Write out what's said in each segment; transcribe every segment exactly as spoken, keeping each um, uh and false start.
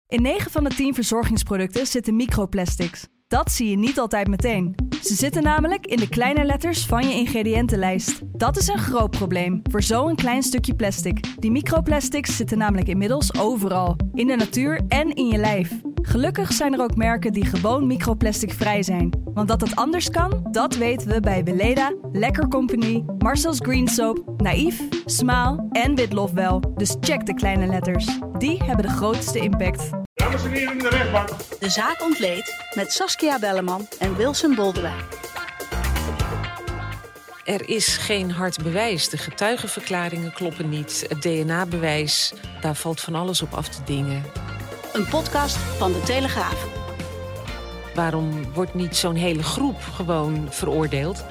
In negen van de tien verzorgingsproducten zitten microplastics. Dat zie je niet altijd meteen. Ze zitten namelijk in de kleine letters van je ingrediëntenlijst. Dat is een groot probleem voor zo'n klein stukje plastic. Die microplastics zitten namelijk inmiddels overal. In de natuur en in je lijf. Gelukkig zijn er ook merken die gewoon microplasticvrij zijn. Want dat het anders kan, dat weten we bij Weleda, Lekker Company, Marcel's Green Soap, Naïef, Smaal en Witlof wel. Dus check de kleine letters. Die hebben de grootste impact. Dames en heren in de rechtbank. De zaak ontleed met Saskia Belleman en Wilson Boldewijn. Er is geen hard bewijs. De getuigenverklaringen kloppen niet. Het D N A-bewijs, daar valt van alles op af te dingen. Een podcast van De Telegraaf. Waarom wordt niet zo'n hele groep gewoon veroordeeld?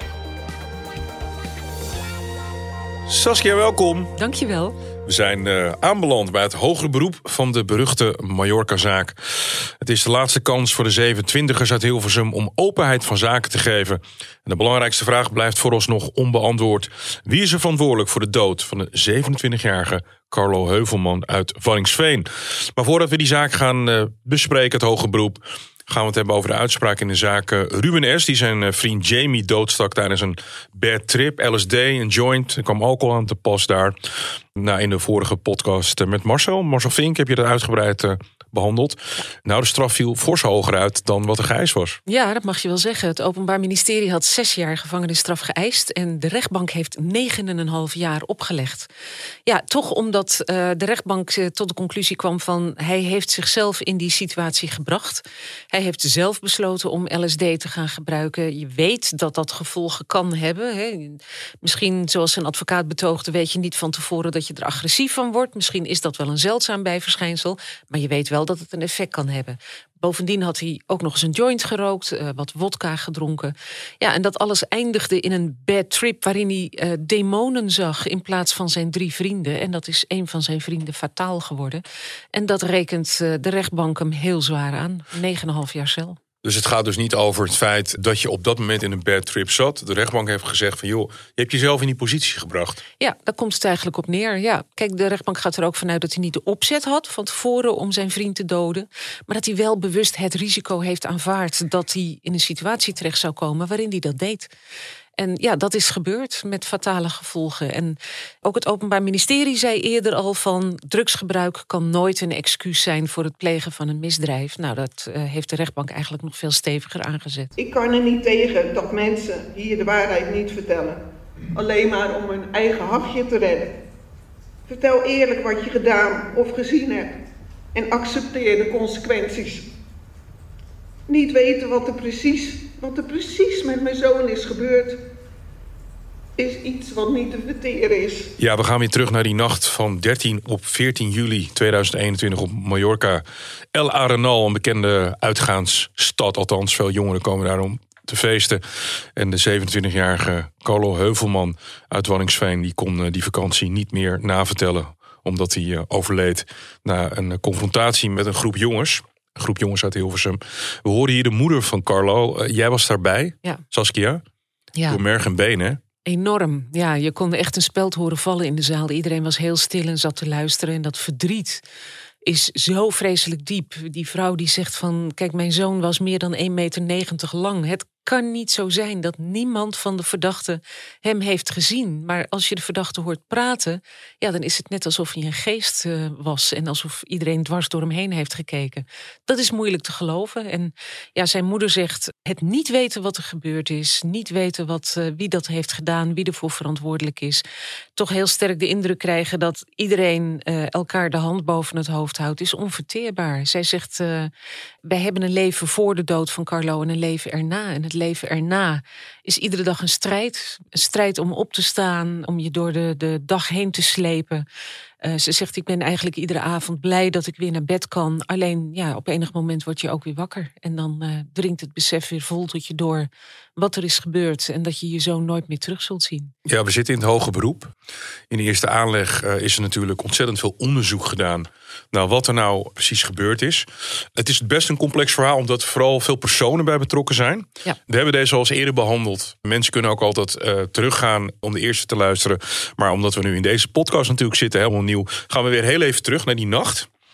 Saskia, welkom. Dank je wel. We zijn uh, aanbeland bij het hogere beroep van de beruchte Mallorca-zaak. Het is de laatste kans voor de zevenentwintigers uit Hilversum om openheid van zaken te geven. En de belangrijkste vraag blijft vooralsnog onbeantwoord. Wie is er verantwoordelijk voor de dood van de zevenentwintigjarige Carlo Heuvelman uit Waddinxveen? Maar voordat we die zaak gaan uh, bespreken, het hoge beroep, gaan we het hebben over de uitspraak in de zaak uh, Ruben S. Die zijn uh, vriend Jamie doodstak tijdens een bad trip, L S D, een joint. Er kwam alcohol aan te pas daar. Nou, in de vorige podcast uh, met Marcel. Marcel Vink heb je dat uitgebreid uh, behandeld. Nou, de straf viel fors hoger uit dan wat de geëist was. Ja, dat mag je wel zeggen. Het Openbaar Ministerie had zes jaar gevangenisstraf geëist en de rechtbank heeft negen en een half jaar opgelegd. Ja, toch omdat uh, de rechtbank uh, tot de conclusie kwam van hij heeft zichzelf in die situatie gebracht. Hij heeft zelf besloten om L S D te gaan gebruiken. Je weet dat dat gevolgen kan hebben. Hè. Misschien, zoals zijn advocaat betoogde, weet je niet van tevoren dat je er agressief van wordt. Misschien is dat wel een zeldzaam bijverschijnsel, maar je weet wel dat het een effect kan hebben. Bovendien had hij ook nog eens een joint gerookt, uh, wat wodka gedronken. Ja, en dat alles eindigde in een bad trip waarin hij uh, demonen zag in plaats van zijn drie vrienden. En dat is een van zijn vrienden fataal geworden. En dat rekent uh, de rechtbank hem heel zwaar aan. negen en een half jaar cel. Dus het gaat dus niet over het feit dat je op dat moment in een bad trip zat. De rechtbank heeft gezegd van joh, je hebt jezelf in die positie gebracht. Ja, daar komt het eigenlijk op neer. Ja. Kijk, de rechtbank gaat er ook vanuit dat hij niet de opzet had van tevoren om zijn vriend te doden. Maar dat hij wel bewust het risico heeft aanvaard dat hij in een situatie terecht zou komen waarin hij dat deed. En ja, dat is gebeurd met fatale gevolgen. En ook het Openbaar Ministerie zei eerder al van drugsgebruik kan nooit een excuus zijn voor het plegen van een misdrijf. Nou, dat uh, heeft de rechtbank eigenlijk nog veel steviger aangezet. Ik kan er niet tegen dat mensen hier de waarheid niet vertellen. Alleen maar om hun eigen hachje te redden. Vertel eerlijk wat je gedaan of gezien hebt. En accepteer de consequenties. Niet weten wat er precies, wat er precies met mijn zoon is gebeurd, is iets wat niet te verteren is. Ja, we gaan weer terug naar die nacht van dertien op veertien juli tweeduizend eenentwintig op Mallorca. El Arenal, een bekende uitgaansstad. Althans, veel jongeren komen daar om te feesten. En de zevenentwintigjarige Carlo Heuvelman uit Waddinxveen, die kon die vakantie niet meer navertellen, omdat hij uh, overleed na een confrontatie met een groep jongens. Een groep jongens uit Hilversum. We horen hier de moeder van Carlo. Uh, jij was daarbij, ja. Saskia. Ja. Door merg en been, hè? Enorm. Ja, je kon echt een speld horen vallen in de zaal. Iedereen was heel stil en zat te luisteren. En dat verdriet is zo vreselijk diep. Die vrouw die zegt van, kijk, mijn zoon was meer dan één meter negentig lang. Het kan niet zo zijn dat niemand van de verdachten hem heeft gezien. Maar als je de verdachte hoort praten, ja, dan is het net alsof hij een geest uh, was en alsof iedereen dwars door hem heen heeft gekeken. Dat is moeilijk te geloven. En ja, zijn moeder zegt, het niet weten wat er gebeurd is, niet weten wat, uh, wie dat heeft gedaan, wie ervoor verantwoordelijk is. Toch heel sterk de indruk krijgen dat iedereen uh, elkaar de hand boven het hoofd houdt, is onverteerbaar. Zij zegt, uh, wij hebben een leven voor de dood van Carlo en een leven erna. En het leven erna is iedere dag een strijd. Een strijd om op te staan, om je door de, de dag heen te slepen. Uh, ze zegt, ik ben eigenlijk iedere avond blij dat ik weer naar bed kan. Alleen, ja, op enig moment word je ook weer wakker. En dan uh, dringt het besef weer vol tot je door wat er is gebeurd. En dat je je zoon nooit meer terug zult zien. Ja, we zitten in het hoge beroep. In de eerste aanleg uh, is er natuurlijk ontzettend veel onderzoek gedaan naar wat er nou precies gebeurd is. Het is best een complex verhaal, omdat er vooral veel personen bij betrokken zijn. Ja. We hebben deze al eens eerder behandeld. Mensen kunnen ook altijd uh, teruggaan om de eerste te luisteren. Maar omdat we nu in deze podcast natuurlijk zitten, helemaal nieuw, gaan we weer heel even terug naar die nacht.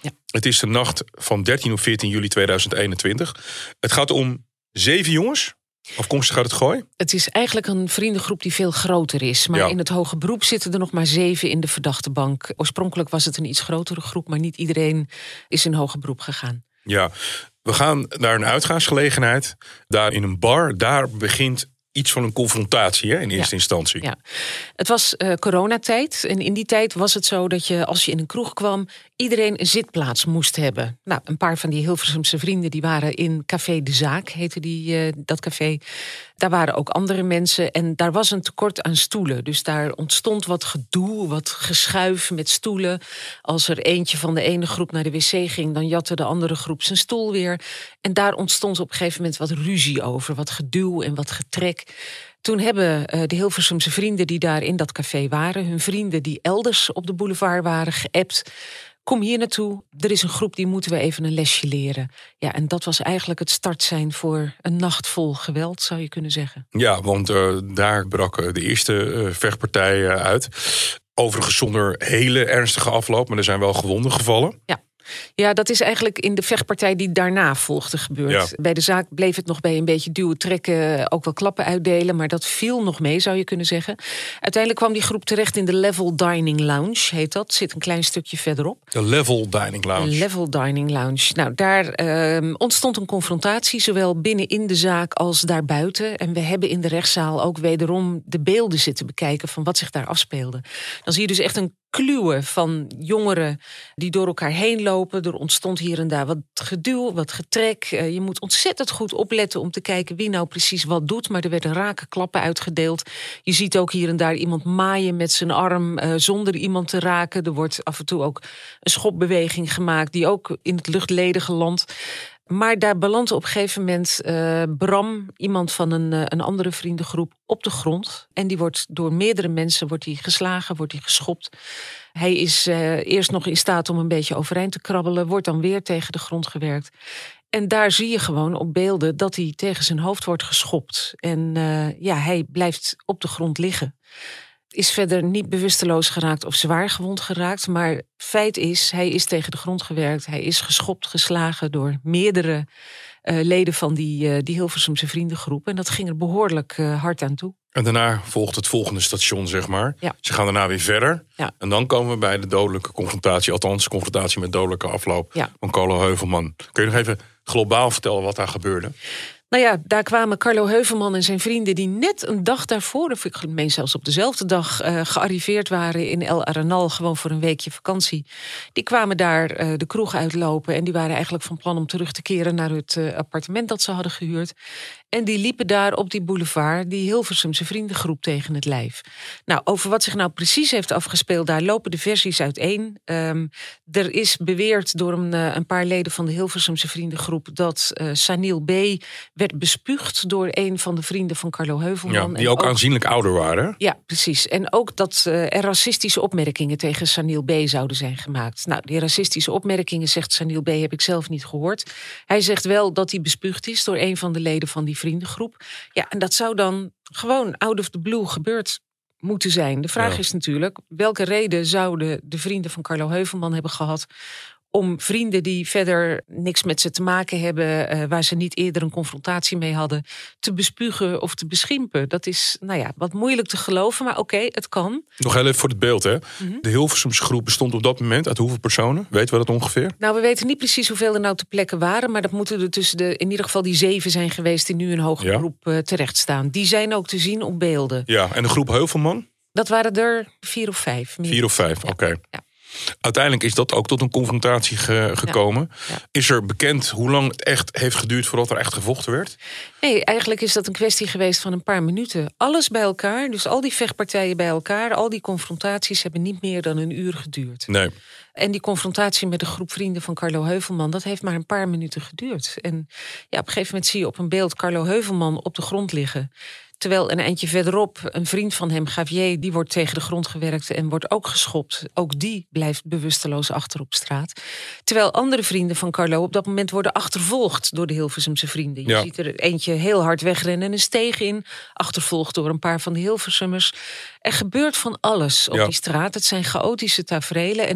Ja. Het is de nacht van dertien of veertien juli tweeduizend eenentwintig. Het gaat om zeven jongens, afkomstig uit het Gooi. Het is eigenlijk een vriendengroep die veel groter is. Maar Ja. in het hoge beroep zitten er nog maar zeven in de verdachte bank. Oorspronkelijk was het een iets grotere groep, maar niet iedereen is in hoger beroep gegaan. Ja, we gaan naar een uitgaansgelegenheid. Daar in een bar, daar begint iets van een confrontatie hè, in eerste Ja. instantie. Ja. Het was uh, coronatijd en in die tijd was het zo dat je als je in een kroeg kwam iedereen een zitplaats moest hebben. Nou, een paar van die Hilversumse vrienden die waren in Café de Zaak, heette die, uh, dat café. Daar waren ook andere mensen en daar was een tekort aan stoelen. Dus daar ontstond wat gedoe, wat geschuif met stoelen. Als er eentje van de ene groep naar de wc ging, dan jatte de andere groep zijn stoel weer. En daar ontstond op een gegeven moment wat ruzie over, wat geduw en wat getrek. Toen hebben uh, de Hilversumse vrienden die daar in dat café waren, hun vrienden die elders op de boulevard waren, geappt. Kom hier naartoe, er is een groep die moeten we even een lesje leren. Ja, en dat was eigenlijk het startsein voor een nacht vol geweld, zou je kunnen zeggen. Ja, want uh, daar brak de eerste uh, vechtpartij uh, uit. Overigens zonder hele ernstige afloop, maar er zijn wel gewonden gevallen. Ja. Ja, dat is eigenlijk in de vechtpartij die daarna volgde gebeurd. Ja. Bij de zaak bleef het nog bij een beetje duwen, trekken, ook wel klappen uitdelen. Maar dat viel nog mee, zou je kunnen zeggen. Uiteindelijk kwam die groep terecht in de Level Dining Lounge, heet dat. Zit een klein stukje verderop. De Level Dining Lounge. Level Dining Lounge. Nou, daar uh, ontstond een confrontatie, zowel binnen in de zaak als daarbuiten. En we hebben in de rechtszaal ook wederom de beelden zitten bekijken van wat zich daar afspeelde. Dan zie je dus echt een kluwen van jongeren die door elkaar heen lopen. Er ontstond hier en daar wat geduw, wat getrek. Uh, je moet ontzettend goed opletten om te kijken wie nou precies wat doet. Maar er werden rake klappen uitgedeeld. Je ziet ook hier en daar iemand maaien met zijn arm uh, zonder iemand te raken. Er wordt af en toe ook een schopbeweging gemaakt die ook in het luchtledige landt. Maar daar belandt op een gegeven moment uh, Bram, iemand van een, uh, een andere vriendengroep, op de grond. En die wordt door meerdere mensen wordt die geslagen, wordt die geschopt. Hij is uh, eerst nog in staat om een beetje overeind te krabbelen, wordt dan weer tegen de grond gewerkt. En daar zie je gewoon op beelden dat hij tegen zijn hoofd wordt geschopt. En uh, ja, hij blijft op de grond liggen. Is verder niet bewusteloos geraakt of zwaar gewond geraakt. Maar feit is, hij is tegen de grond gewerkt. Hij is geschopt, geslagen door meerdere uh, leden van die, uh, die Hilversumse vriendengroep. En dat ging er behoorlijk uh, hard aan toe. En daarna volgt het volgende station, zeg maar. Ja. Ze gaan daarna weer verder. Ja. En dan komen we bij de dodelijke confrontatie. Althans, confrontatie met dodelijke afloop Ja. van Carlo Heuvelman. Kun je nog even globaal vertellen wat daar gebeurde? Nou ja, daar kwamen Carlo Heuvelman en zijn vrienden die net een dag daarvoor, of ik meen zelfs op dezelfde dag, uh, gearriveerd waren in El Arenal, gewoon voor een weekje vakantie. Die kwamen daar uh, de kroeg uitlopen en die waren eigenlijk van plan om terug te keren naar het uh, appartement dat ze hadden gehuurd. En die liepen daar op die boulevard die Hilversumse vriendengroep tegen het lijf. Nou, over wat zich nou precies heeft afgespeeld, daar lopen de versies uiteen. Um, er is beweerd door een, uh, een paar leden van de Hilversumse vriendengroep dat uh, Sanil B. werd bespuugd door een van de vrienden van Carlo Heuvelman. Ja, die ook, ook aanzienlijk ouder waren. Ja, precies. En ook dat uh, er racistische opmerkingen tegen Sanil B. zouden zijn gemaakt. Nou, die racistische opmerkingen, zegt Sanil B., heb ik zelf niet gehoord. Hij zegt wel dat hij bespuugd is door een van de leden van die vriendengroep. Ja, en dat zou dan gewoon out of the blue gebeurd moeten zijn. De vraag ja. is natuurlijk, welke reden zouden de vrienden van Carlo Heuvelman hebben gehad om vrienden die verder niks met ze te maken hebben, uh, waar ze niet eerder een confrontatie mee hadden, te bespugen of te beschimpen. Dat is, nou ja, wat moeilijk te geloven, maar oké, okay, het kan. Nog heel even voor het beeld, hè. Mm-hmm. De Hilversumse groep bestond op dat moment uit hoeveel personen? Weten we dat ongeveer? Nou, we weten niet precies hoeveel er nou te plekken waren, maar dat moeten er tussen de, in ieder geval die zeven zijn geweest die nu in hoger ja. beroep uh, terecht staan. Die zijn ook te zien op beelden. Ja, en de groep Heuvelman? Dat waren er vier of vijf. Meer. Vier of vijf, ja. oké. Okay. Ja. Uiteindelijk is dat ook tot een confrontatie ge- gekomen. Ja. Ja. Is er bekend hoe lang het echt heeft geduurd voordat er echt gevochten werd? Nee, eigenlijk is dat een kwestie geweest van een paar minuten. Alles bij elkaar, dus al die vechtpartijen bij elkaar, al die confrontaties hebben niet meer dan een uur geduurd. Nee. En die confrontatie met de groep vrienden van Carlo Heuvelman, dat heeft maar een paar minuten geduurd. En ja, op een gegeven moment zie je op een beeld Carlo Heuvelman op de grond liggen. Terwijl een eindje verderop een vriend van hem, Javier, die wordt tegen de grond gewerkt en wordt ook geschopt. Ook die blijft bewusteloos achter op straat. Terwijl andere vrienden van Carlo op dat moment worden achtervolgd door de Hilversumse vrienden. Je ja. ziet er eentje heel hard wegrennen en een steeg in, achtervolgd door een paar van de Hilversummers. Er gebeurt van alles op ja. die straat. Het zijn chaotische taferelen en het is niet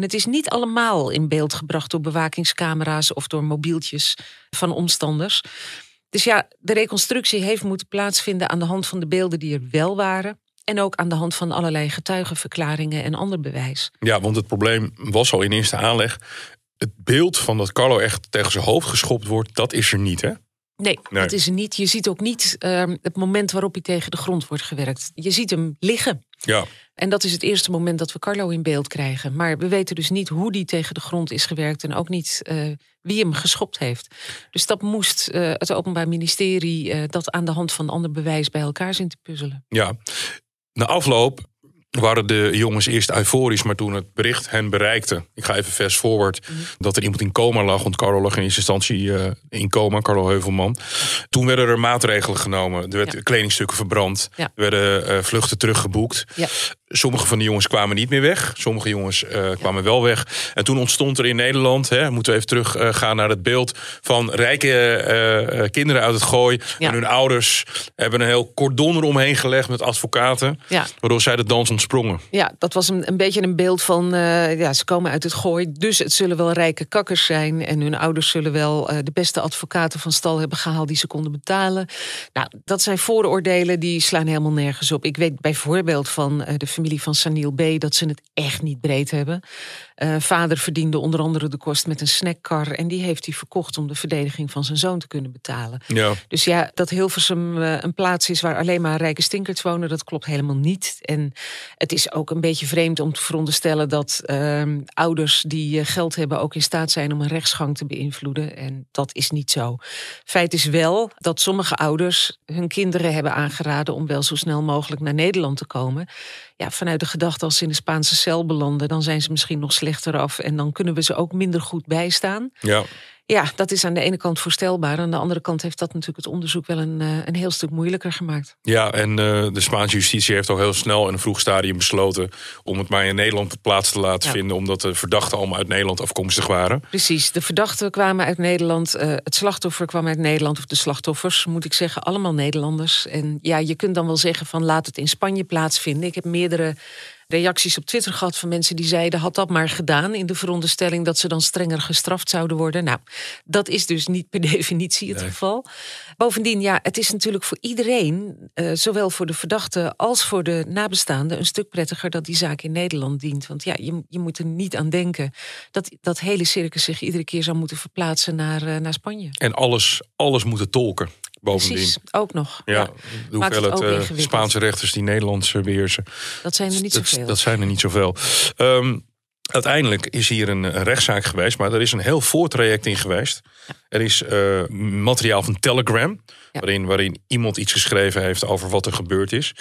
niet allemaal in beeld gebracht door bewakingscamera's of door mobieltjes van omstanders. Dus ja, de reconstructie heeft moeten plaatsvinden aan de hand van de beelden die er wel waren. En ook aan de hand van allerlei getuigenverklaringen en ander bewijs. Ja, want het probleem was al in eerste aanleg. Het beeld van dat Carlo echt tegen zijn hoofd geschopt wordt, dat is er niet, hè? Nee, Nee. dat is er niet. Je ziet ook niet uh, het moment waarop hij tegen de grond wordt gewerkt. Je ziet hem liggen. Ja. En dat is het eerste moment dat we Carlo in beeld krijgen. Maar we weten dus niet hoe die tegen de grond is gewerkt en ook niet uh, wie hem geschopt heeft. Dus dat moest uh, het Openbaar Ministerie uh, dat aan de hand van ander bewijs bij elkaar zien te puzzelen. Ja. Na afloop waren de jongens eerst euforisch, maar toen het bericht hen bereikte, ik ga even fast forward, mm. dat er iemand in coma lag, want Carlo lag in eerste instantie uh, in coma, Carlo Heuvelman. Toen werden er maatregelen genomen. Er werden ja. kledingstukken verbrand. Ja. Er werden uh, vluchten teruggeboekt. Ja. Sommige van de jongens kwamen niet meer weg. Sommige jongens uh, kwamen ja. wel weg. En toen ontstond er in Nederland, hè, moeten we even terug uh, gaan naar het beeld van rijke uh, kinderen uit het Gooi. Ja. En hun ouders hebben een heel cordon eromheen gelegd met advocaten. Ja. Waardoor zij de dans ontsprongen. Ja, dat was een, een beetje een beeld van, uh, ja, ze komen uit het Gooi. Dus het zullen wel rijke kakkers zijn. En hun ouders zullen wel uh, de beste advocaten van stal hebben gehaald die ze konden betalen. Nou, dat zijn vooroordelen die slaan helemaal nergens op. Ik weet bijvoorbeeld van uh, de familie van Sanil B. dat ze het echt niet breed hebben. Uh, vader verdiende onder andere de kost met een snackkar en die heeft hij verkocht om de verdediging van zijn zoon te kunnen betalen. Ja. Dus ja, dat Hilversum uh, een plaats is waar alleen maar rijke stinkerts wonen, dat klopt helemaal niet. En het is ook een beetje vreemd om te veronderstellen dat uh, ouders die uh, geld hebben ook in staat zijn om een rechtsgang te beïnvloeden. En dat is niet zo. Feit is wel dat sommige ouders hun kinderen hebben aangeraden om wel zo snel mogelijk naar Nederland te komen. Ja, vanuit de gedachte als ze in de Spaanse cel belanden, dan zijn ze misschien nog slechter af en dan kunnen we ze ook minder goed bijstaan. Ja. Ja, dat is aan de ene kant voorstelbaar. Aan de andere kant heeft dat natuurlijk het onderzoek wel een, een heel stuk moeilijker gemaakt. Ja, en uh, de Spaanse justitie heeft al heel snel in een vroeg stadium besloten om het maar in Nederland plaats te laten ja. vinden, omdat de verdachten allemaal uit Nederland afkomstig waren. Precies, de verdachten kwamen uit Nederland, uh, het slachtoffer kwam uit Nederland, of de slachtoffers, moet ik zeggen, allemaal Nederlanders. En ja, je kunt dan wel zeggen van laat het in Spanje plaatsvinden. Ik heb meerdere reacties op Twitter gehad van mensen die zeiden, had dat maar gedaan in de veronderstelling dat ze dan strenger gestraft zouden worden. Nou, dat is dus niet per definitie het nee. geval. Bovendien, ja, het is natuurlijk voor iedereen, uh, zowel voor de verdachte als voor de nabestaanden, een stuk prettiger dat die zaak in Nederland dient. Want ja, je, je moet er niet aan denken dat dat hele circus zich iedere keer zou moeten verplaatsen naar, uh, naar Spanje. En alles, alles moeten tolken. Bovendien. Precies, ook nog. Ja, ja. De hoeveelheid uh, Spaanse rechters die Nederlands beheersen. Dat zijn er niet dat, zoveel. Dat zijn er niet zoveel. Um, uiteindelijk is hier een, een rechtszaak geweest, maar er is een heel voortraject in geweest. Ja. Er is uh, materiaal van Telegram, ja. waarin, waarin iemand iets geschreven heeft over wat er gebeurd is.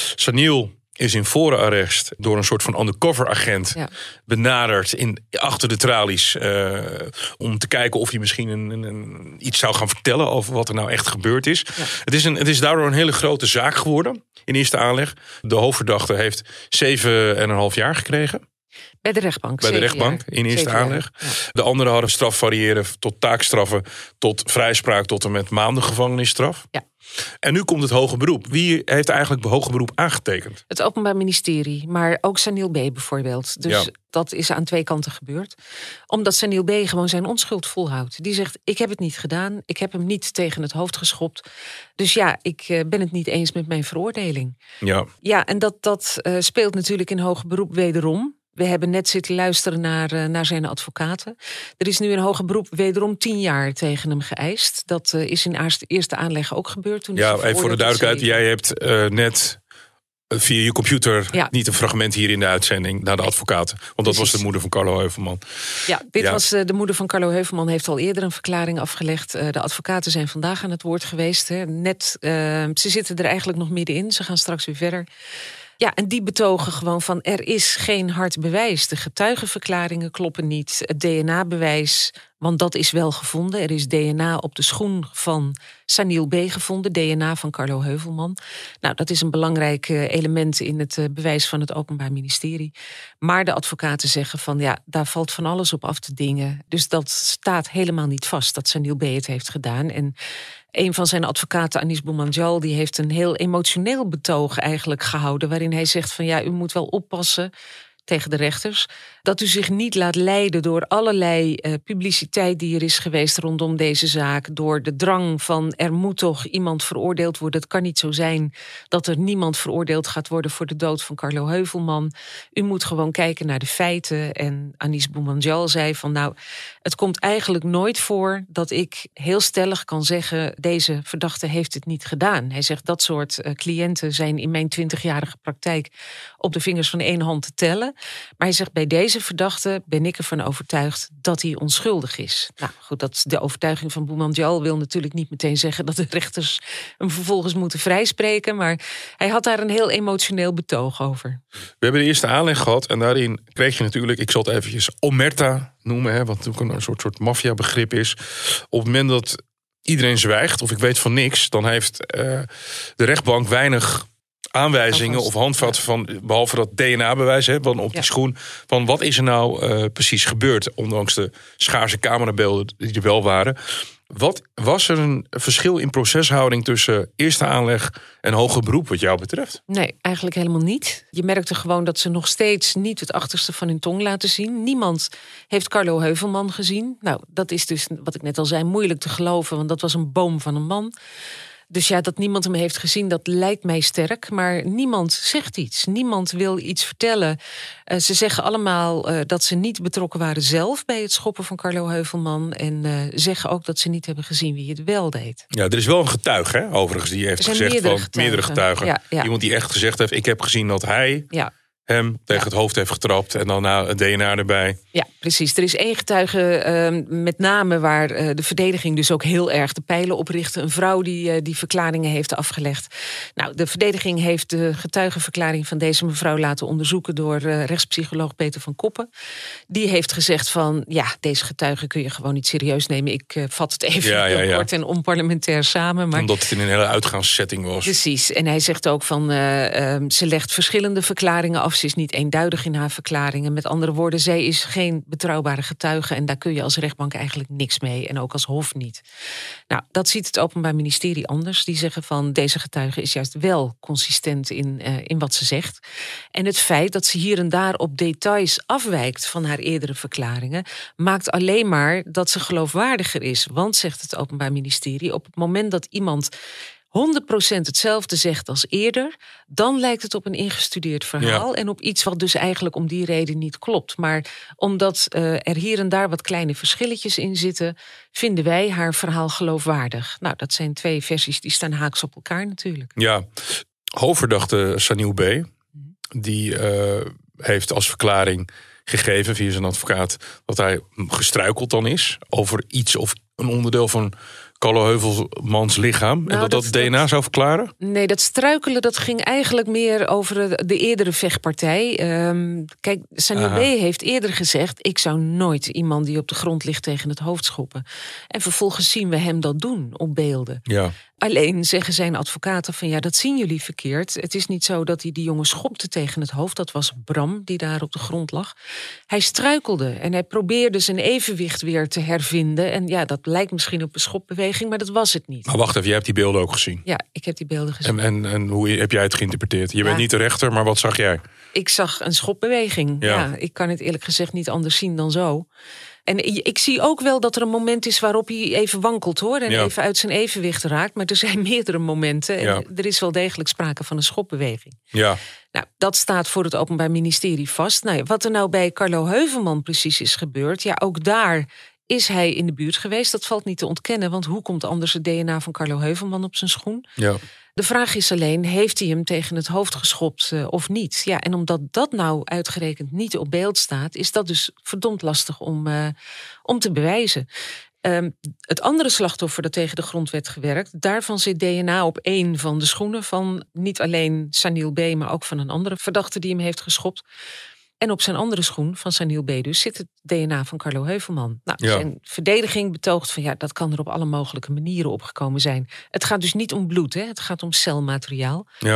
Sanil is in voorarrest door een soort van undercover agent ja. benaderd in, achter de tralies. Uh, om te kijken of hij misschien een, een, een, iets zou gaan vertellen over wat er nou echt gebeurd is. Ja. Het is een, het is daardoor een hele grote zaak geworden in eerste aanleg. De hoofdverdachte heeft zeven en een half jaar gekregen. Bij de rechtbank. Bij de rechtbank jaar. in eerste aanleg. Ja. De anderen hadden straf variëren tot taakstraffen, tot vrijspraak tot en met maanden gevangenisstraf. Ja. En nu komt het hoge beroep. Wie heeft eigenlijk het hoge beroep aangetekend? Het Openbaar Ministerie, maar ook Sanil B. bijvoorbeeld. Dus ja. dat is aan twee kanten gebeurd. Omdat Sanil B. gewoon zijn onschuld volhoudt. Die zegt, ik heb het niet gedaan. Ik heb hem niet tegen het hoofd geschopt. Dus ja, ik uh, ben het niet eens met mijn veroordeling. Ja, ja en dat, dat uh, speelt natuurlijk in hoger beroep wederom. We hebben net zitten luisteren naar, uh, naar zijn advocaten. Er is nu in hoger beroep wederom tien jaar tegen hem geëist. Dat uh, is in eerste, eerste aanleg ook gebeurd. Toen ja, even voor de duidelijkheid. Jij hebt uh, net via je computer ja. niet een fragment hier in de uitzending naar de advocaten. Want dat Precies. was de moeder van Carlo Heuvelman. Ja, dit ja. was uh, de moeder van Carlo Heuvelman. Heeft al eerder een verklaring afgelegd. Uh, de advocaten zijn vandaag aan het woord geweest. Hè. Net, uh, ze zitten er eigenlijk nog middenin. Ze gaan straks weer verder. Ja, en die betogen gewoon van er is geen hard bewijs. De getuigenverklaringen kloppen niet. Het D N A-bewijs, want dat is wel gevonden. Er is D N A op de schoen van Sanil B. gevonden. D N A van Carlo Heuvelman. Nou, dat is een belangrijk element in het bewijs van het Openbaar Ministerie. Maar de advocaten zeggen van ja, daar valt van alles op af te dingen. Dus dat staat helemaal niet vast dat Sanil B. het heeft gedaan. En een van zijn advocaten, Anis Boumanjal, die heeft een heel emotioneel betoog eigenlijk gehouden, waarin hij zegt van ja, u moet wel oppassen tegen de rechters. Dat u zich niet laat leiden door allerlei uh, publiciteit die er is geweest rondom deze zaak. Door de drang van er moet toch iemand veroordeeld worden. Het kan niet zo zijn dat er niemand veroordeeld gaat worden voor de dood van Carlo Heuvelman. U moet gewoon kijken naar de feiten. En Anis Boumendjel zei van nou, het komt eigenlijk nooit voor dat ik heel stellig kan zeggen deze verdachte heeft het niet gedaan. Hij zegt dat soort uh, cliënten zijn in mijn twintigjarige praktijk op de vingers van één hand te tellen. Maar hij zegt bij deze verdachte ben ik ervan overtuigd dat hij onschuldig is. Nou goed, dat de overtuiging van Boumendjel wil natuurlijk niet meteen zeggen dat de rechters hem vervolgens moeten vrijspreken. Maar hij had daar een heel emotioneel betoog over. We hebben de eerste aanleg gehad en daarin kreeg je natuurlijk, ik zal het eventjes omerta noemen, hè, wat natuurlijk een soort, soort maffia-begrip is. Op het moment dat iedereen zwijgt of ik weet van niks, dan heeft uh, de rechtbank weinig aanwijzingen of handvatten van, behalve dat D N A-bewijs hè, van op die ja. schoen, van wat is er nou uh, precies gebeurd, ondanks de schaarse camerabeelden die er wel waren. Wat was er een verschil in proceshouding tussen eerste aanleg en hoger beroep wat jou betreft? Nee, eigenlijk helemaal niet. Je merkte gewoon dat ze nog steeds niet het achterste van hun tong laten zien. Niemand heeft Carlo Heuvelman gezien. Nou, dat is dus, wat ik net al zei, moeilijk te geloven, want dat was een boom van een man. Dus ja, dat niemand hem heeft gezien, dat lijkt mij sterk. Maar niemand zegt iets. Niemand wil iets vertellen. Uh, ze zeggen allemaal uh, dat ze niet betrokken waren zelf bij het schoppen van Carlo Heuvelman. En uh, zeggen ook dat ze niet hebben gezien wie het wel deed. Ja, er is wel een getuige, hè, overigens, die heeft gezegd meerdere van getuigen. meerdere getuigen. Ja, ja. Iemand die echt gezegd heeft, ik heb gezien dat hij... Ja. hem tegen ja. het hoofd heeft getrapt en dan nou, het D N A erbij. Ja, precies. Er is één getuige, uh, met name waar uh, de verdediging dus ook heel erg de pijlen op richtte. Een vrouw die uh, die verklaringen heeft afgelegd. Nou, de verdediging heeft de getuigenverklaring van deze mevrouw laten onderzoeken door uh, rechtspsycholoog Peter van Koppen. Die heeft gezegd van, ja, deze getuige kun je gewoon niet serieus nemen. Ik uh, vat het even ja, ja, ja. kort en onparlementair samen. Maar... Omdat het in een hele uitgaanssetting was. Precies. En hij zegt ook van, uh, uh, ze legt verschillende verklaringen af. Ze is niet eenduidig in haar verklaringen. Met andere woorden, zij is geen betrouwbare getuige en daar kun je als rechtbank eigenlijk niks mee. En ook als hof niet. Nou, dat ziet het Openbaar Ministerie anders. Die zeggen van, deze getuige is juist wel consistent in, uh, in wat ze zegt. En het feit dat ze hier en daar op details afwijkt van haar eerdere verklaringen, maakt alleen maar dat ze geloofwaardiger is. Want, zegt het Openbaar Ministerie, op het moment dat iemand honderd procent hetzelfde zegt als eerder, dan lijkt het op een ingestudeerd verhaal. Ja. En op iets wat dus eigenlijk om die reden niet klopt. Maar omdat uh, er hier en daar wat kleine verschilletjes in zitten, vinden wij haar verhaal geloofwaardig. Nou, dat zijn twee versies die staan haaks op elkaar natuurlijk. Ja, hoofdverdachte Sanil B. die uh, heeft als verklaring gegeven via zijn advocaat dat hij gestruikeld dan is over iets of een onderdeel van Carlo Heuvelmans lichaam. Nou, en dat dat, dat D N A dat, zou verklaren? Nee, dat struikelen dat ging eigenlijk meer over de eerdere vechtpartij. Um, kijk, Sanil B. heeft eerder gezegd, ik zou nooit iemand die op de grond ligt tegen het hoofd schoppen. En vervolgens zien we hem dat doen op beelden. Ja. Alleen zeggen zijn advocaten van ja, dat zien jullie verkeerd. Het is niet zo dat hij die jongen schopte tegen het hoofd. Dat was Bram die daar op de grond lag. Hij struikelde en hij probeerde zijn evenwicht weer te hervinden. En ja, dat lijkt misschien op een schopbeweging, maar dat was het niet. Maar wacht even, jij hebt die beelden ook gezien? Ja, ik heb die beelden gezien. En, en, en hoe heb jij het geïnterpreteerd? Je ja. bent niet de rechter, maar wat zag jij? Ik zag een schopbeweging. Ja. ja, ik kan het eerlijk gezegd niet anders zien dan zo. En ik zie ook wel dat er een moment is waarop hij even wankelt hoor. En ja. even uit zijn evenwicht raakt. Maar er zijn meerdere momenten. En ja. er is wel degelijk sprake van een schopbeweging. Ja. Nou, dat staat voor het Openbaar Ministerie vast. Nou, wat er nou bij Carlo Heuvelman precies is gebeurd. Ja, ook daar is hij in de buurt geweest. Dat valt niet te ontkennen. Want hoe komt anders het D N A van Carlo Heuvelman op zijn schoen? Ja. De vraag is alleen, heeft hij hem tegen het hoofd geschopt uh, of niet? Ja, en omdat dat nou uitgerekend niet op beeld staat, is dat dus verdomd lastig om, uh, om te bewijzen. Um, het andere slachtoffer dat tegen de grond werd gewerkt, daarvan zit D N A op één van de schoenen van niet alleen Sanil B, maar ook van een andere verdachte die hem heeft geschopt. En op zijn andere schoen, van Sanil B dus, zit het D N A van Carlo Heuvelman. Nou, ja. Zijn verdediging betoogt van ja, dat kan er op alle mogelijke manieren opgekomen zijn. Het gaat dus niet om bloed, hè? Het gaat om celmateriaal. Ja.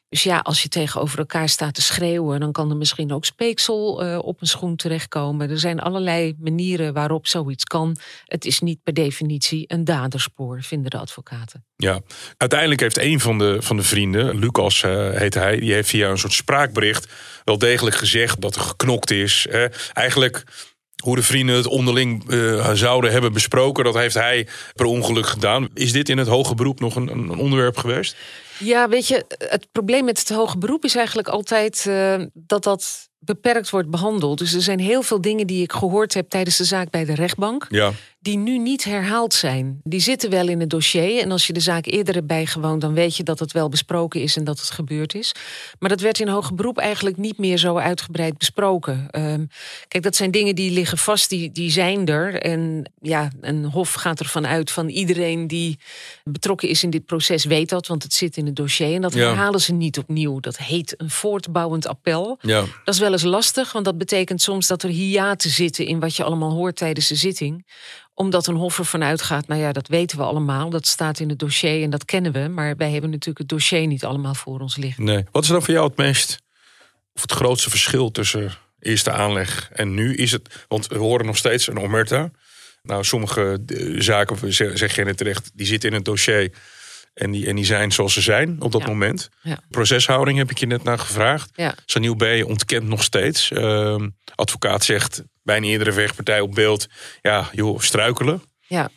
Dus ja, als je tegenover elkaar staat te schreeuwen, dan kan er misschien ook speeksel uh, op een schoen terechtkomen. Er zijn allerlei manieren waarop zoiets kan. Het is niet per definitie een daderspoor, vinden de advocaten. Ja, uiteindelijk heeft een van de, van de vrienden, Lucas uh, heette hij, die heeft via een soort spraakbericht wel degelijk gezegd dat er geknokt is. Hè. Eigenlijk hoe de vrienden het onderling uh, zouden hebben besproken, dat heeft hij per ongeluk gedaan. Is dit in het hoge beroep nog een, een onderwerp geweest? Ja, weet je, het probleem met het hoge beroep is eigenlijk altijd uh, dat dat beperkt wordt behandeld. Dus er zijn heel veel dingen die ik gehoord heb tijdens de zaak bij de rechtbank, ja, die nu niet herhaald zijn. Die zitten wel in het dossier. En als je de zaak eerder hebt bijgewoond, dan weet je dat het wel besproken is en dat het gebeurd is. Maar dat werd in hoger beroep eigenlijk niet meer zo uitgebreid besproken. Um, kijk, dat zijn dingen die liggen vast, die, die zijn er. En ja, een hof gaat ervan uit van iedereen die betrokken is in dit proces weet dat, want het zit in het dossier. En dat ja. herhalen ze niet opnieuw. Dat heet een voortbouwend appel. Ja. Dat is wel eens lastig, want dat betekent soms dat er hiaten zitten in wat je allemaal hoort tijdens de zitting. Omdat een hof ervan uitgaat, nou ja, dat weten we allemaal. Dat staat in het dossier en dat kennen we. Maar wij hebben natuurlijk het dossier niet allemaal voor ons liggen. Nee. Wat is dan voor jou het meest, of het grootste verschil tussen eerste aanleg en nu? Is het, want we horen nog steeds een omerta. Nou, sommige zaken, zeg je net terecht, die zitten in het dossier. En die, en die zijn zoals ze zijn op dat ja. moment. Ja. Proceshouding heb ik je net naar gevraagd. Ja. Saniel B. ontkent nog steeds. Uh, advocaat zegt bij een eerdere vechtpartij op beeld, ja, joh, struikelen. Ja.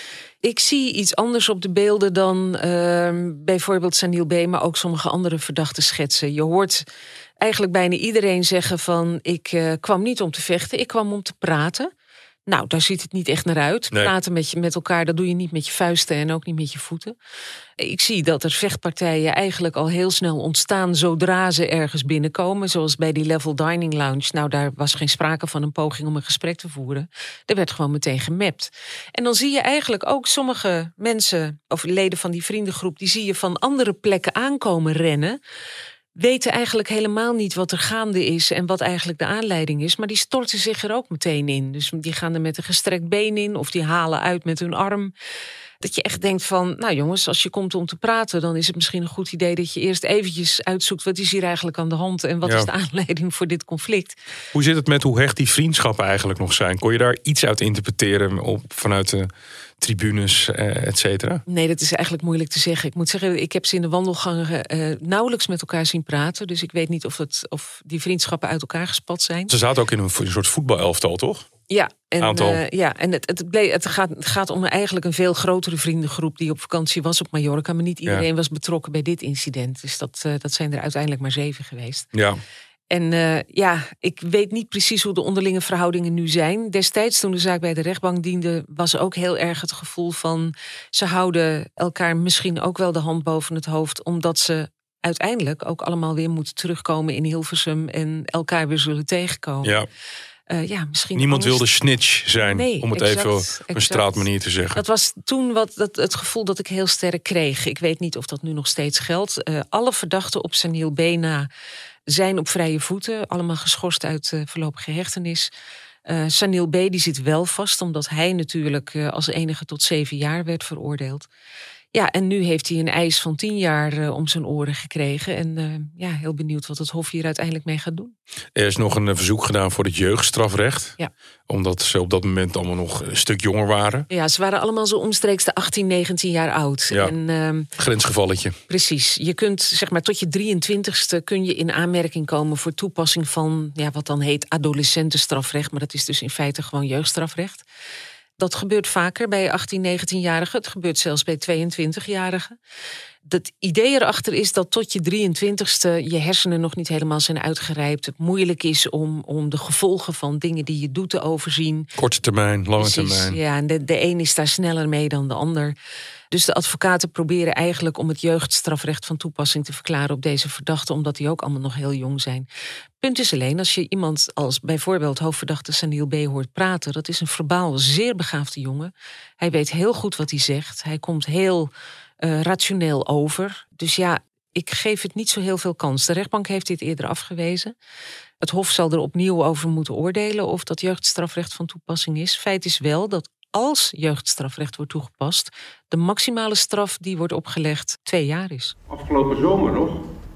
Ik zie iets anders op de beelden dan uh, bijvoorbeeld Saniel B., maar ook sommige andere verdachten schetsen. Je hoort eigenlijk bijna iedereen zeggen van, ik uh, kwam niet om te vechten, ik kwam om te praten. Nou, daar ziet het niet echt naar uit. Nee. Praten met, je, met elkaar, dat doe je niet met je vuisten en ook niet met je voeten. Ik zie dat er vechtpartijen eigenlijk al heel snel ontstaan zodra ze ergens binnenkomen. Zoals bij die Level Dining Lounge. Nou, daar was geen sprake van een poging om een gesprek te voeren. Er werd gewoon meteen gemapt. En dan zie je eigenlijk ook sommige mensen, of leden van die vriendengroep, die zie je van andere plekken aankomen rennen. Weten eigenlijk helemaal niet wat er gaande is en wat eigenlijk de aanleiding is. Maar die storten zich er ook meteen in. Dus die gaan er met een gestrekt been in of die halen uit met hun arm. Dat je echt denkt van, nou jongens, als je komt om te praten, dan is het misschien een goed idee dat je eerst eventjes uitzoekt, wat is hier eigenlijk aan de hand en wat ja. is de aanleiding voor dit conflict. Hoe zit het met hoe hecht die vriendschappen eigenlijk nog zijn? Kon je daar iets uit interpreteren op, vanuit de tribunes, eh, et cetera? Nee, dat is eigenlijk moeilijk te zeggen. Ik moet zeggen, ik heb ze in de wandelgangen uh, nauwelijks met elkaar zien praten. Dus ik weet niet of, het, of die vriendschappen uit elkaar gespat zijn. Ze zaten ook in een, een soort voetbalelftal, toch? Ja, en, Aantal. Uh, ja, en het, het, bleef, het, gaat, het gaat om eigenlijk een veel grotere vriendengroep die op vakantie was op Mallorca. Maar niet iedereen ja. was betrokken bij dit incident. Dus dat, uh, dat zijn er uiteindelijk maar zeven geweest. Ja. En uh, ja, ik weet niet precies hoe de onderlinge verhoudingen nu zijn. Destijds, toen de zaak bij de rechtbank diende, was ook heel erg het gevoel van, ze houden elkaar misschien ook wel de hand boven het hoofd, omdat ze uiteindelijk ook allemaal weer moeten terugkomen in Hilversum en elkaar weer zullen tegenkomen. Ja. Uh, ja, misschien Niemand angst. wilde snitch zijn, nee, om het exact, even op exact. een straatmanier te zeggen. Dat was toen wat, dat, het gevoel dat ik heel sterk kreeg. Ik weet niet of dat nu nog steeds geldt. Uh, alle verdachten op Saniel B. na zijn op vrije voeten. Allemaal geschorst uit uh, voorlopige hechtenis. Uh, Saniel B. die zit wel vast, omdat hij natuurlijk uh, als enige tot zeven jaar werd veroordeeld. Ja, en nu heeft hij een eis van tien jaar uh, om zijn oren gekregen. En uh, ja, heel benieuwd wat het Hof hier uiteindelijk mee gaat doen. Er is nog een uh, verzoek gedaan voor het jeugdstrafrecht. Ja. Omdat ze op dat moment allemaal nog een stuk jonger waren. Ja, ze waren allemaal zo omstreeks de achttien, negentien jaar oud. Ja. En, uh, grensgevalletje. Precies. Je kunt, zeg maar, tot je drieëntwintigste kun je in aanmerking komen voor toepassing van, ja, wat dan heet adolescentenstrafrecht. Maar dat is dus in feite gewoon jeugdstrafrecht. Dat gebeurt vaker bij achttien, negentienjarigen. Het gebeurt zelfs bij tweeëntwintigjarigen. Het idee erachter is dat tot je drieëntwintigste je hersenen nog niet helemaal zijn uitgerijpt. Het moeilijk is om, om de gevolgen van dingen die je doet te overzien. Korte termijn, lange Precies, termijn. Ja, en de, de een is daar sneller mee dan de ander. Dus de advocaten proberen eigenlijk om het jeugdstrafrecht van toepassing te verklaren op deze verdachten, omdat die ook allemaal nog heel jong zijn. Punt is alleen, als je iemand als bijvoorbeeld hoofdverdachte Saniel B. hoort praten, dat is een verbaal zeer begaafde jongen. Hij weet heel goed wat hij zegt. Hij komt heel uh, rationeel over. Dus ja, ik geef het niet zo heel veel kans. De rechtbank heeft dit eerder afgewezen. Het Hof zal er opnieuw over moeten oordelen of dat jeugdstrafrecht van toepassing is. Feit is wel dat als jeugdstrafrecht wordt toegepast, de maximale straf die wordt opgelegd twee jaar is. Afgelopen zomer nog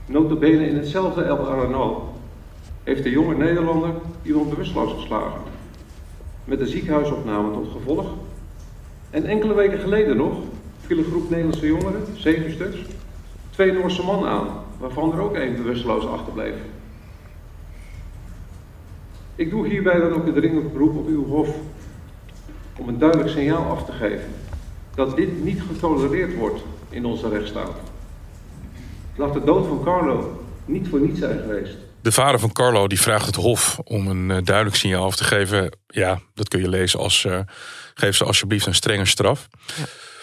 Nota bene in hetzelfde El Arano heeft de jonge Nederlander iemand bewusteloos geslagen. Met een ziekenhuisopname tot gevolg. En enkele weken geleden nog viel een groep Nederlandse jongeren, zeven stuks, twee Noorse mannen aan, waarvan er ook één bewusteloos achterbleef. Ik doe hierbij dan ook een dringend beroep op uw hof om een duidelijk signaal af te geven dat dit niet getolereerd wordt in onze rechtsstaat. Laat de dood van Carlo niet voor niets zijn geweest. De vader van Carlo die vraagt het Hof om een uh, duidelijk signaal af te geven. Ja, dat kun je lezen als uh, geef ze alsjeblieft een strenge straf. Ja.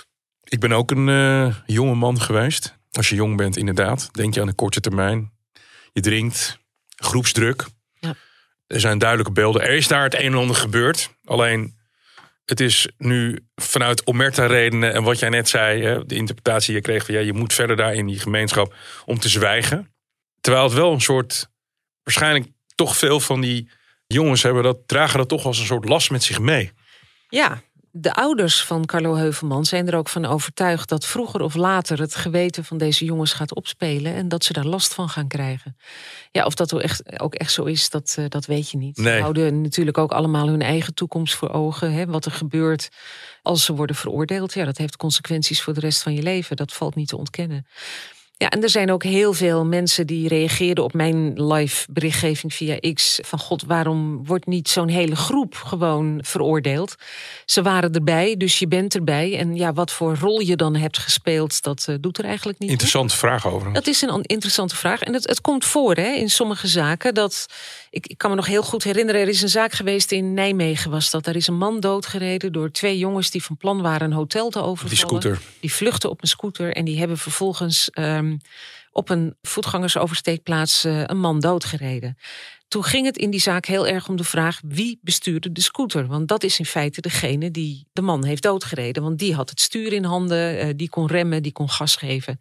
Ik ben ook een uh, jonge man geweest. Als je jong bent, inderdaad, denk je aan de korte termijn. Je drinkt, groepsdruk. Ja. Er zijn duidelijke beelden. Er is daar het een en ander gebeurd. Alleen, het is nu vanuit omerta-redenen en wat jij net zei, hè, de interpretatie die je kreeg van ja, je moet verder daar in die gemeenschap om te zwijgen. Terwijl het wel een soort, waarschijnlijk toch veel van die jongens hebben dat, dragen dat toch als een soort last met zich mee. Ja, de ouders van Carlo Heuvelman zijn er ook van overtuigd dat vroeger of later het geweten van deze jongens gaat opspelen en dat ze daar last van gaan krijgen. Ja, of dat ook echt, ook echt zo is, dat, uh, dat weet je niet. Nee. Ze houden natuurlijk ook allemaal hun eigen toekomst voor ogen. Hè, wat er gebeurt als ze worden veroordeeld. Ja, dat heeft consequenties voor de rest van je leven. Dat valt niet te ontkennen. Ja, en er zijn ook heel veel mensen die reageerden op mijn live berichtgeving via X. Van god, waarom wordt niet zo'n hele groep gewoon veroordeeld? Ze waren erbij, dus je bent erbij. En ja, wat voor rol je dan hebt gespeeld, dat uh, doet er eigenlijk niet. Interessante toe. vraag over. Dat is een interessante vraag. En het, het komt voor hè, in sommige zaken. Dat, ik, ik kan me nog heel goed herinneren, er is een zaak geweest in Nijmegen. Was dat. Daar is een man doodgereden door twee jongens die van plan waren een hotel te overvallen. Die scooter. Die vluchten op een scooter en die hebben vervolgens Um, op een voetgangersoversteekplaats uh, een man doodgereden. Toen ging het in die zaak heel erg om de vraag wie bestuurde de scooter. Want dat is in feite degene die de man heeft doodgereden. Want die had het stuur in handen, uh, die kon remmen, die kon gas geven.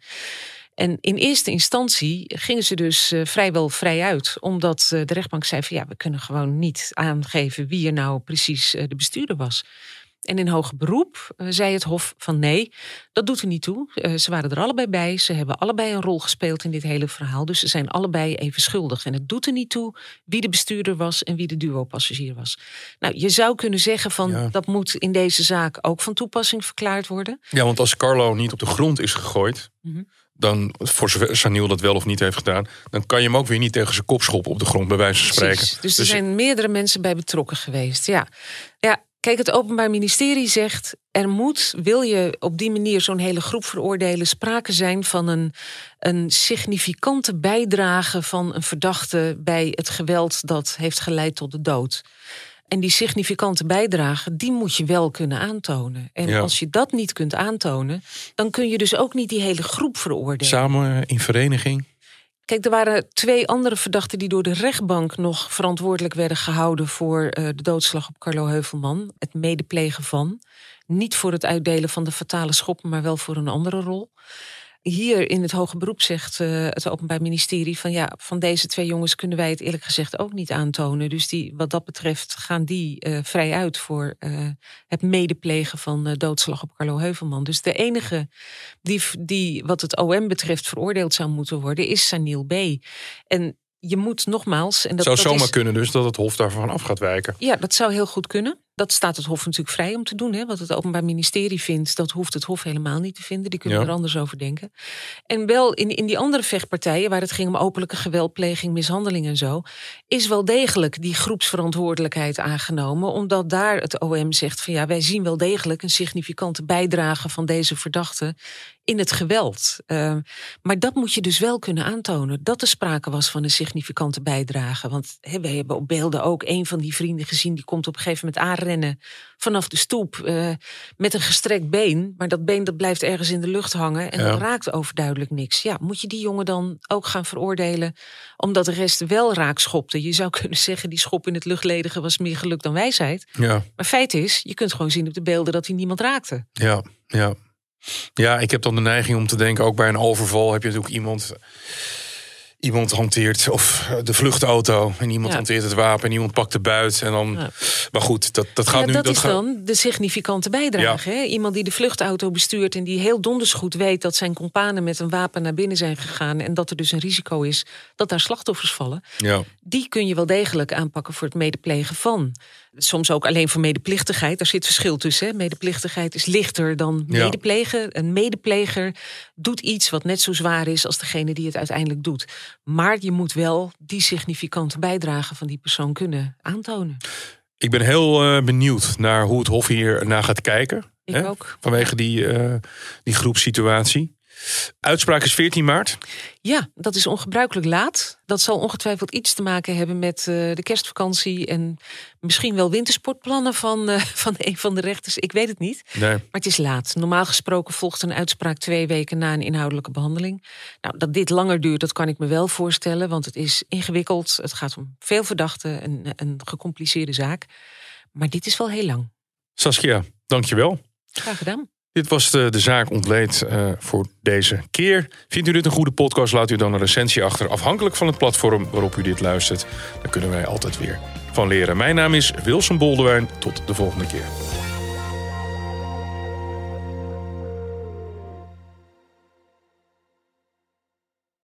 En in eerste instantie gingen ze dus uh, vrijwel vrij uit. Omdat uh, de rechtbank zei van ja, we kunnen gewoon niet aangeven wie er nou precies uh, de bestuurder was. En in hoger beroep uh, zei het Hof van nee, dat doet er niet toe. Uh, ze waren er allebei bij, ze hebben allebei een rol gespeeld in dit hele verhaal. Dus ze zijn allebei even schuldig. En het doet er niet toe wie de bestuurder was en wie de duo-passagier was. Nou, je zou kunnen zeggen van ja. dat moet in deze zaak ook van toepassing verklaard worden. Ja, want als Carlo niet op de grond is gegooid, mm-hmm. dan, voor zover Saniel dat wel of niet heeft gedaan, dan kan je hem ook weer niet tegen zijn kop schoppen op de grond, bij wijze van spreken. Precies. Dus er dus zijn meerdere mensen bij betrokken geweest. Ja, ja. Kijk, het Openbaar Ministerie zegt, er moet, wil je op die manier zo'n hele groep veroordelen, sprake zijn van een, een significante bijdrage van een verdachte bij het geweld dat heeft geleid tot de dood. En die significante bijdrage, die moet je wel kunnen aantonen. En ja. als je dat niet kunt aantonen, dan kun je dus ook niet die hele groep veroordelen. Samen in vereniging? Kijk, er waren twee andere verdachten die door de rechtbank nog verantwoordelijk werden gehouden voor uh, de doodslag op Carlo Heuvelman. Het medeplegen van. Niet voor het uitdelen van de fatale schoppen, maar wel voor een andere rol. Hier in het hoge beroep zegt uh, het Openbaar Ministerie van ja, van deze twee jongens kunnen wij het eerlijk gezegd ook niet aantonen. Dus die, wat dat betreft gaan die uh, vrij uit voor uh, het medeplegen van uh, doodslag op Carlo Heuvelman. Dus de enige die, die wat het O M betreft veroordeeld zou moeten worden is Saniel B. En je moet nogmaals... En dat, zou dat zomaar is, kunnen dus dat het Hof daarvan af gaat wijken. Ja, dat zou heel goed kunnen. Dat staat het Hof natuurlijk vrij om te doen. Hè? Wat het Openbaar Ministerie vindt, dat hoeft het Hof helemaal niet te vinden. Die kunnen ja. er anders over denken. En wel in, in die andere vechtpartijen, waar het ging om openlijke geweldpleging, mishandeling en zo, is wel degelijk die groepsverantwoordelijkheid aangenomen. Omdat daar het O M zegt van ja, wij zien wel degelijk een significante bijdrage van deze verdachten in het geweld. Uh, maar dat moet je dus wel kunnen aantonen. Dat er sprake was van een significante bijdrage. Want he, we hebben op beelden ook een van die vrienden gezien, die komt op een gegeven moment aanrennen vanaf de stoep uh, met een gestrekt been. Maar dat been dat blijft ergens in de lucht hangen en ja. dat raakt overduidelijk niks. Ja, moet je die jongen dan ook gaan veroordelen omdat de rest wel raak schopte? Je zou kunnen zeggen, die schop in het luchtledige was meer geluk dan wijsheid. Ja. Maar feit is, je kunt gewoon zien op de beelden dat hij niemand raakte. Ja, ja. Ja, ik heb dan de neiging om te denken, ook bij een overval heb je natuurlijk iemand iemand hanteert of de vluchtauto en iemand Ja. hanteert het wapen en iemand pakt de buit. En dan, Ja. Maar goed, dat, dat gaat Ja, nu... dat, dat is gaat, dan de significante bijdrage. Hè? Iemand die de vluchtauto bestuurt en die heel donders goed weet dat zijn companen met een wapen naar binnen zijn gegaan en dat er dus een risico is dat daar slachtoffers vallen. ja. Die kun je wel degelijk aanpakken voor het medeplegen van. Soms ook alleen voor medeplichtigheid. Daar zit verschil tussen. Hè? Medeplichtigheid is lichter dan Ja. medeplegen. Een medepleger doet iets wat net zo zwaar is als degene die het uiteindelijk doet. Maar je moet wel die significante bijdrage van die persoon kunnen aantonen. Ik ben heel uh, benieuwd naar hoe het Hof hier naar gaat kijken. Ik hè? ook. Vanwege die, uh, die groepssituatie. Uitspraak is veertien maart. Ja, dat is ongebruikelijk laat. Dat zal ongetwijfeld iets te maken hebben met uh, de kerstvakantie en misschien wel wintersportplannen van, uh, van een van de rechters. Ik weet het niet. Nee. Maar het is laat. Normaal gesproken volgt een uitspraak twee weken na een inhoudelijke behandeling. Nou, dat dit langer duurt, dat kan ik me wel voorstellen, want het is ingewikkeld. Het gaat om veel verdachten, een, een gecompliceerde zaak. Maar dit is wel heel lang. Saskia, dankjewel. Graag gedaan. Dit was de, de zaak ontleed uh, voor deze keer. Vindt u dit een goede podcast, laat u dan een recensie achter. Afhankelijk van het platform waarop u dit luistert. Daar kunnen wij altijd weer van leren. Mijn naam is Wilson Boldewijn. Tot de volgende keer.